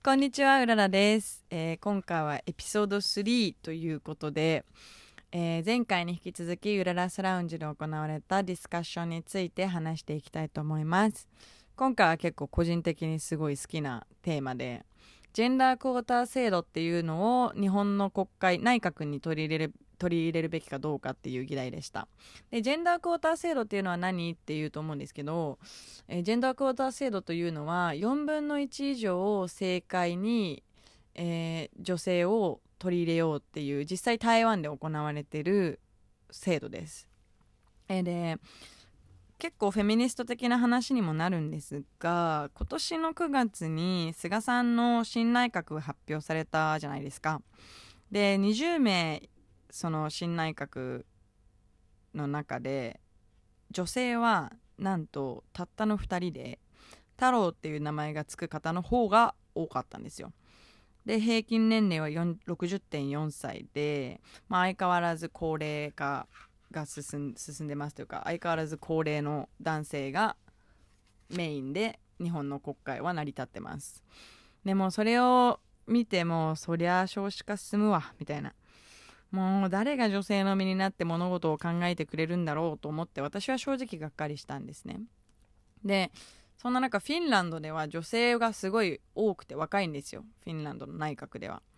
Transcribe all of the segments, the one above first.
こんにちは、うららです。今回はエピソード3ということで、前回に引き続きうららスラウンジで行われたディスカッションについて話していきたいと思います。今回は結構個人的にすごい好きなテーマで、ジェンダークォーター制度っていうのを日本の国会内閣に取り入れるべきかどうかっていう議題でした。でジェンダークォーター制度っていうのは何っていうと思うんですけど、ジェンダークォーター制度というのは4分の1以上を政界に、女性を取り入れようっていう実際台湾で行われている制度です。で結構フェミニスト的な話にもなるんですが、今年の9月に菅さんの新内閣が発表されたじゃないですか。で20名その新内閣の中で女性はなんとたったの2人で、太郎っていう名前がつく方の方が多かったんですよ。で平均年齢は60.4歳で、相変わらず高齢化が進んでますというか、相変わらず高齢の男性がメインで日本の国会は成り立ってます。でもそれを見ても、そりゃ少子化進むわみたいな、もう誰が女性の身になって物事を考えてくれるんだろうと思って、私は正直がっかりしたんですね。でそんな中、フィンランドでは女性がすごい多くて若いんですよ。フィンランドの内閣では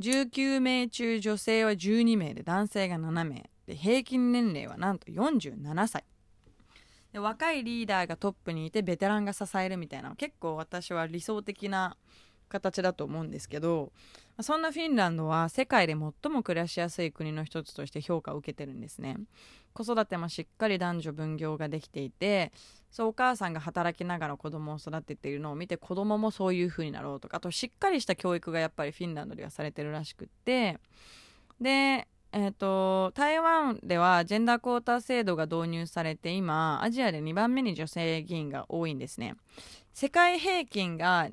19名中女性は12名で男性が7名で、平均年齢はなんと47歳で、若いリーダーがトップにいてベテランが支えるみたいな、結構私は理想的な形だと思うんですけど、そんなフィンランドは世界で最も暮らしやすい国の一つとして評価を受けてるんですね。子育てもしっかり男女分業ができていて、そうお母さんが働きながら子供を育てているのを見て、子供もそういう風になろうとか、あとしっかりした教育がやっぱりフィンランドではされてるらしくって、で台湾ではジェンダークォーター制度が導入されて、今アジアで2番目に女性議員が多いんですね。世界平均が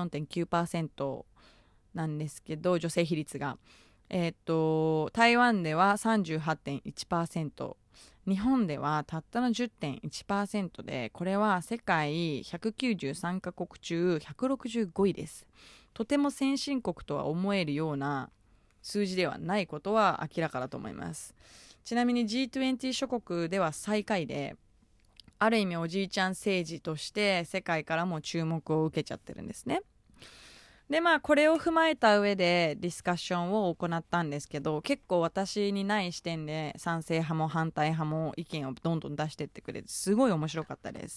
24.9% なんですけど、女性比率が台湾では 38.1%、 日本ではたったの 10.1% で、これは世界193カ国中165位です。とても先進国とは思えるような数字ではないことは明らかだと思います。ちなみに G20 諸国では最下位で、ある意味おじいちゃん政治として世界からも注目を受けちゃってるんですね。でこれを踏まえた上でディスカッションを行ったんですけど、結構私にない視点で賛成派も反対派も意見をどんどん出してってくれて、すごい面白かったです。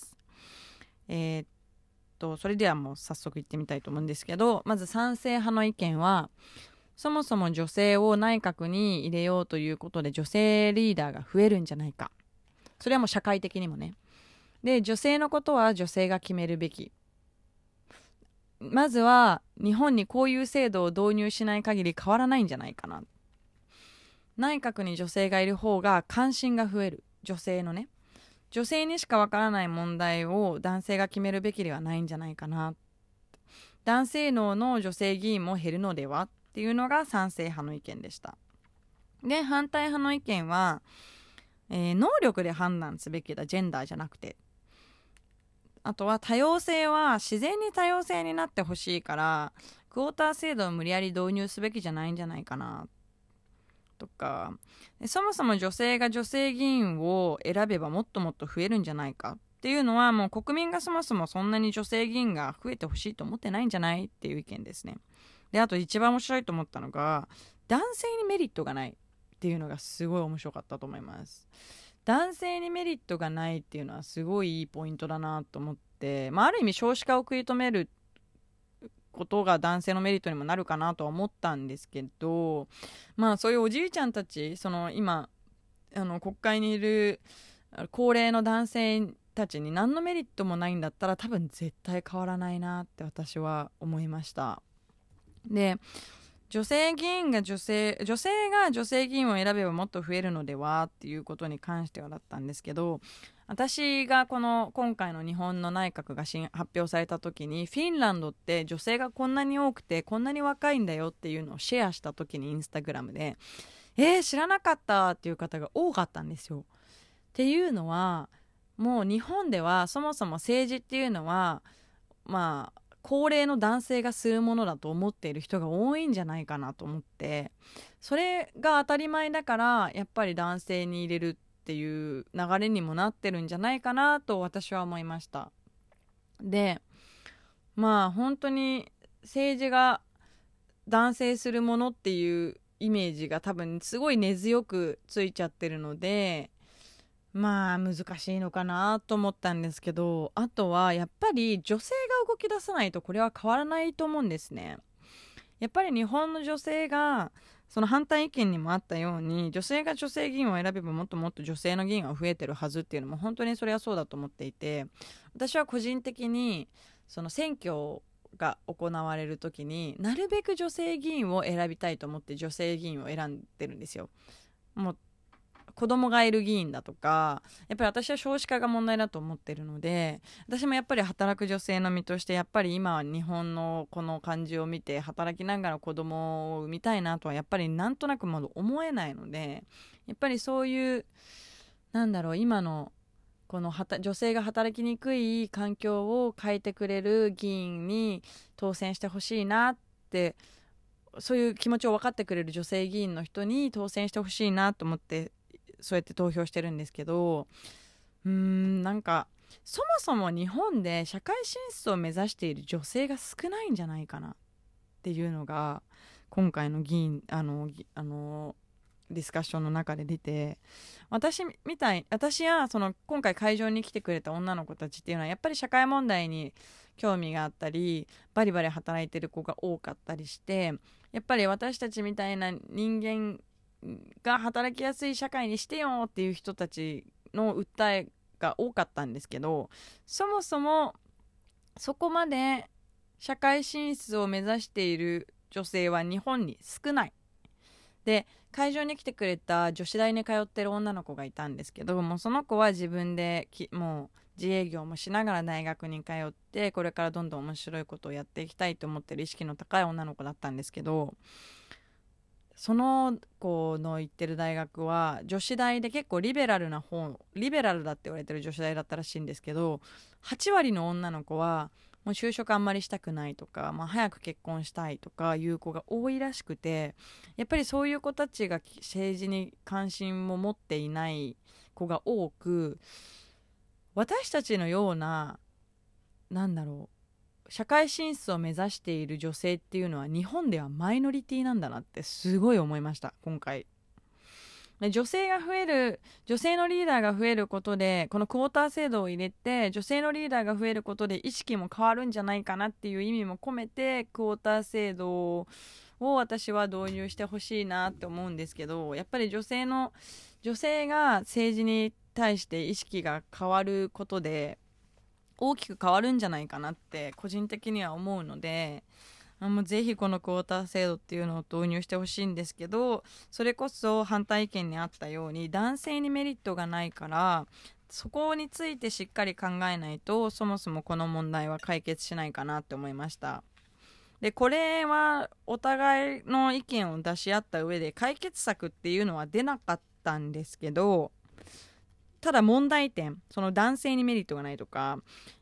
それではもう早速行ってみたいと思うんですけど、まず賛成派の意見は、そもそも女性を内閣に入れようということで女性リーダーが増えるんじゃないか、それはもう社会的にもね。で女性のことは女性が決めるべき、まずは日本にこういう制度を導入しない限り変わらないんじゃないかな、内閣に女性がいる方が関心が増える、女性のね、女性にしかわからない問題を男性が決めるべきではないんじゃないかな、男性脳の女性議員も減るのではっていうのが賛成派の意見でした。で反対派の意見は、能力で判断すべきだ、ジェンダーじゃなくて、あとは多様性は自然に多様性になってほしいから、クォーター制度を無理やり導入すべきじゃないんじゃないかなとか、そもそも女性が女性議員を選べばもっともっと増えるんじゃないかっていうのは、もう国民がそもそもそんなに女性議員が増えてほしいと思ってないんじゃないっていう意見ですね。であと一番面白いと思ったのが、男性にメリットがないっていうのがすごい面白かったと思います。男性にメリットがないっていうのはすごいいいポイントだなと思って、ある意味少子化を食い止めることが男性のメリットにもなるかなとは思ったんですけど、そういうおじいちゃんたち、その今国会にいる高齢の男性たちに何のメリットもないんだったら、多分絶対変わらないなって私は思いました。で女性が女性議員を選べばもっと増えるのではっていうことに関してはだったんですけど、私が今回の日本の内閣が発表された時に、フィンランドって女性がこんなに多くてこんなに若いんだよっていうのをシェアした時にインスタグラムで、知らなかったっていう方が多かったんですよ。っていうのは、もう日本ではそもそも政治っていうのは、 高齢の男性がするものだと思っている人が多いんじゃないかなと思って、それが当たり前だからやっぱり男性に入れるっていう流れにもなってるんじゃないかなと私は思いました。で、まあ本当に政治が男性するものっていうイメージが多分すごい根強くついちゃってるので、まあ難しいのかなと思ったんですけど、あとはやっぱり女性が動き出さないとこれは変わらないと思うんですね。やっぱり日本の女性が、その反対意見にもあったように、女性が女性議員を選べばもっともっと女性の議員が増えてるはずっていうのも本当にそれはそうだと思っていて、私は個人的にその選挙が行われる時になるべく女性議員を選びたいと思って女性議員を選んでるんですよ。もう子供がいる議員だとか、やっぱり私は少子化が問題だと思ってるので、私もやっぱり働く女性の身としてやっぱり今は日本のこの感じを見て働きながら子供を産みたいなとはやっぱりなんとなくまだ思えないので、やっぱりそういう今のこの女性が働きにくい環境を変えてくれる議員に当選してほしいなって、そういう気持ちを分かってくれる女性議員の人に当選してほしいなと思ってそうやって投票してるんですけど、そもそも日本で社会進出を目指している女性が少ないんじゃないかなっていうのが今回の議員ディスカッションの中で出て、私やその今回会場に来てくれた女の子たちっていうのはやっぱり社会問題に興味があったりバリバリ働いてる子が多かったりして、やっぱり私たちみたいな人間が働きやすい社会にしてよっていう人たちの訴えが多かったんですけど、そもそもそこまで社会進出を目指している女性は日本に少ない。で、会場に来てくれた女子大に通ってる女の子がいたんですけども、その子は自分でもう自営業もしながら大学に通ってこれからどんどん面白いことをやっていきたいと思ってる意識の高い女の子だったんですけど、その子の行ってる大学は女子大で結構リベラルだって言われてる女子大だったらしいんですけど、8割の女の子はもう就職あんまりしたくないとか、早く結婚したいとかいう子が多いらしくて、やっぱりそういう子たちが政治に関心も持っていない子が多く、私たちのような社会進出を目指している女性っていうのは日本ではマイノリティなんだなってすごい思いました今回。で、女性のリーダーが増えることで、このクォーター制度を入れて女性のリーダーが増えることで意識も変わるんじゃないかなっていう意味も込めてクォーター制度を私は導入してほしいなって思うんですけど、やっぱり女性が政治に対して意識が変わることで大きく変わるんじゃないかなって個人的には思うので、もうぜひこのクォーター制度っていうのを導入してほしいんですけど、それこそ反対意見にあったように男性にメリットがないから、そこについてしっかり考えないとそもそもこの問題は解決しないかなって思いました。で、これはお互いの意見を出し合った上で解決策っていうのは出なかったんですけど、ただ問題点、その男性にメリットがないとか、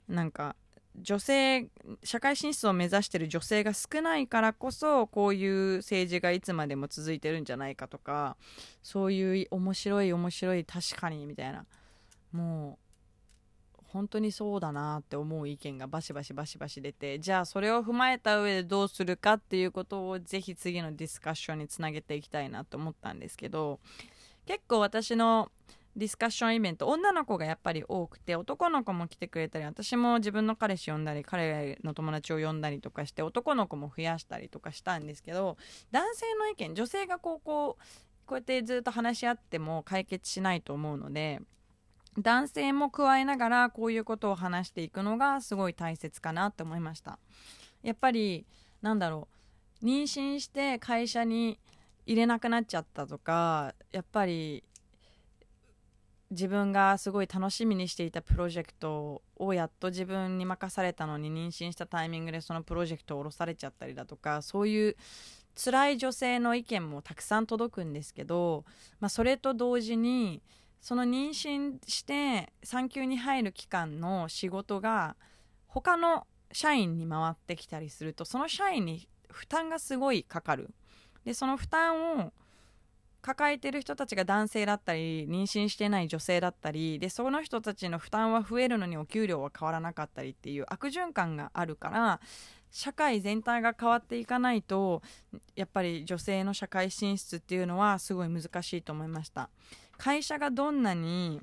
社会進出を目指している女性が少ないからこそこういう政治がいつまでも続いてるんじゃないかとか、そういう面白い確かにみたいな、もう本当にそうだなって思う意見がバシバシ出て、じゃあそれを踏まえた上でどうするかっていうことをぜひ次のディスカッションにつなげていきたいなと思ったんですけど、結構私のディスカッションイベント女の子がやっぱり多くて、男の子も来てくれたり、私も自分の彼氏呼んだり彼の友達を呼んだりとかして男の子も増やしたりとかしたんですけど、男性の意見、女性がこうやってずっと話し合っても解決しないと思うので、男性も加えながらこういうことを話していくのがすごい大切かなって思いました。やっぱり妊娠して会社に入れなくなっちゃったとか、やっぱり自分がすごい楽しみにしていたプロジェクトをやっと自分に任されたのに妊娠したタイミングでそのプロジェクトを下ろされちゃったりだとか、そういう辛い女性の意見もたくさん届くんですけど、それと同時にその妊娠して産休に入る期間の仕事が他の社員に回ってきたりすると、その社員に負担がすごいかかる。でその負担を抱えてる人たちが男性だったり妊娠してない女性だったりで、その人たちの負担は増えるのにお給料は変わらなかったりっていう悪循環があるから、社会全体が変わっていかないとやっぱり女性の社会進出っていうのはすごい難しいと思いました。会社がどんなに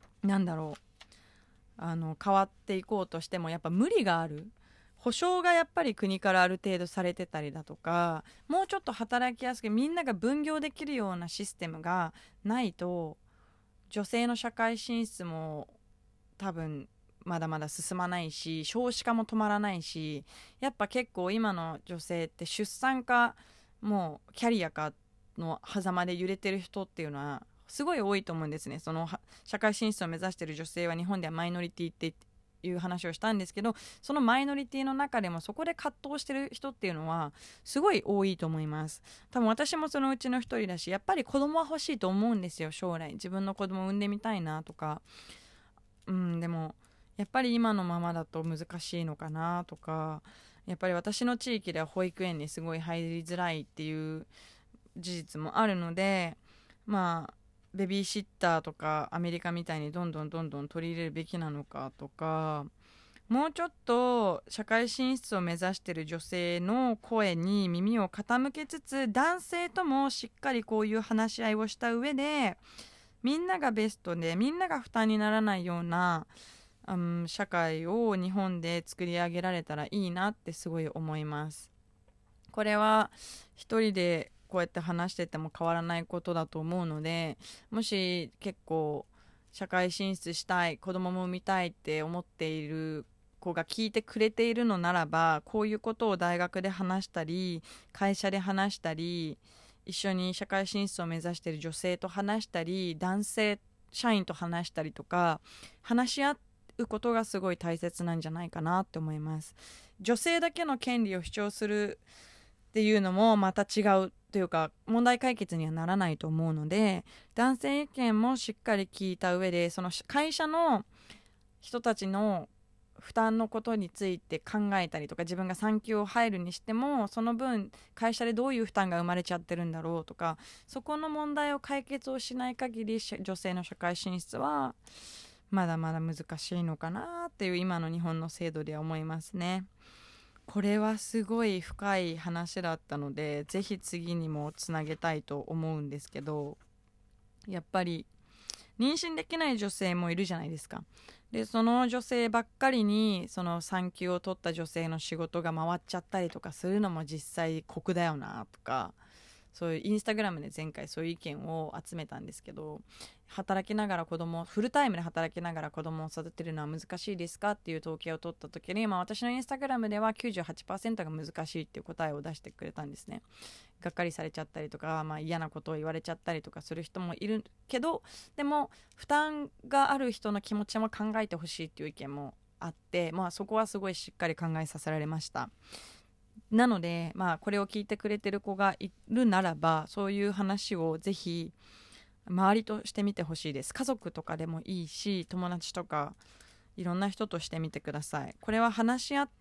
変わっていこうとしてもやっぱ無理がある。保障がやっぱり国からある程度されてたりだとか、もうちょっと働きやすくみんなが分業できるようなシステムがないと、女性の社会進出も多分まだまだ進まないし、少子化も止まらないし、やっぱ結構今の女性って出産かもうキャリアかの狭間で揺れてる人っていうのはすごい多いと思うんですね。その社会進出を目指している女性は日本ではマイノリティっていう話をしたんですけど、そのマイノリティの中でもそこで葛藤してる人っていうのはすごい多いと思います。多分私もそのうちの一人だし、やっぱり子供は欲しいと思うんですよ。将来自分の子供を産んでみたいなとか、でもやっぱり今のままだと難しいのかなとか、やっぱり私の地域では保育園にすごい入りづらいっていう事実もあるので、ベビーシッターとかアメリカみたいにどんどん取り入れるべきなのかとか、もうちょっと社会進出を目指している女性の声に耳を傾けつつ、男性ともしっかりこういう話し合いをした上で、みんながベストでみんなが負担にならないような、社会を日本で作り上げられたらいいなってすごい思います。これは一人でこうやって話してても変わらないことだと思うので、もし結構社会進出したい、子供も産みたいって思っている子が聞いてくれているのならば、こういうことを大学で話したり会社で話したり、一緒に社会進出を目指している女性と話したり男性社員と話したりとか、話し合うことがすごい大切なんじゃないかなって思います。女性だけの権利を主張するっていうのもまた違うというか、問題解決にはならないと思うので、男性意見もしっかり聞いた上で、その会社の人たちの負担のことについて考えたりとか、自分が産休を入るにしてもその分会社でどういう負担が生まれちゃってるんだろうとか、そこの問題を解決をしない限り女性の社会進出はまだまだ難しいのかなっていう今の日本の制度では思いますね。これはすごい深い話だったので、ぜひ次にもつなげたいと思うんですけど、やっぱり妊娠できない女性もいるじゃないですか。でその女性ばっかりにその産休を取った女性の仕事が回っちゃったりとかするのも実際酷だよなとか、そういうインスタグラムで前回そういう意見を集めたんですけど、働きながらフルタイムで働きながら子供を育てるのは難しいですかっていう統計を取った時に、私のインスタグラムでは 98% が難しいっていう答えを出してくれたんですね。がっかりされちゃったりとか、嫌なことを言われちゃったりとかする人もいるけど、でも負担がある人の気持ちも考えてほしいっていう意見もあって、そこはすごいしっかり考えさせられました。なので、これを聞いてくれてる子がいるならば、そういう話をぜひ周りとしてみてほしいです。家族とかでもいいし、友達とかいろんな人としてみてください。これは話し合って、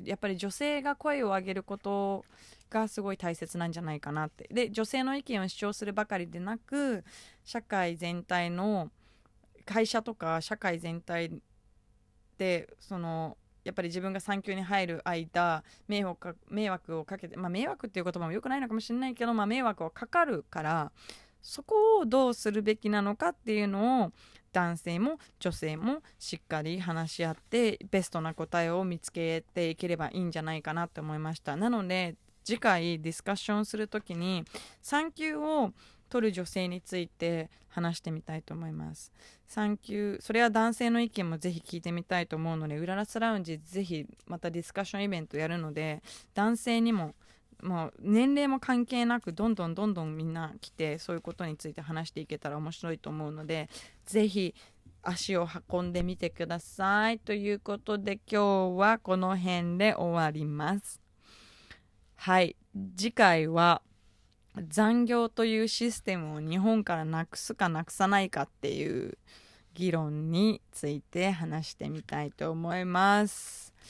やっぱり女性が声を上げることがすごい大切なんじゃないかなって。で女性の意見を主張するばかりでなく、社会全体の会社とか社会全体でやっぱり自分が産休に入る間迷惑をかけて、迷惑っていう言葉も良くないのかもしれないけど、迷惑をかかるから、そこをどうするべきなのかっていうのを男性も女性もしっかり話し合ってベストな答えを見つけていければいいんじゃないかなって思いました。なので次回ディスカッションするときに産休を取る女性について話してみたいと思います。産休、それは男性の意見もぜひ聞いてみたいと思うので、うららすラウンジぜひまたディスカッションイベントやるので、男性にも年齢も関係なくどんどんみんな来て、そういうことについて話していけたら面白いと思うので、ぜひ足を運んでみてください。ということで今日はこの辺で終わります。はい、次回は残業というシステムを日本からなくすかなくさないかっていう議論について話してみたいと思います。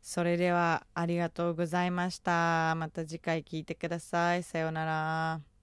それではありがとうございました。また次回聞いてください。さようなら。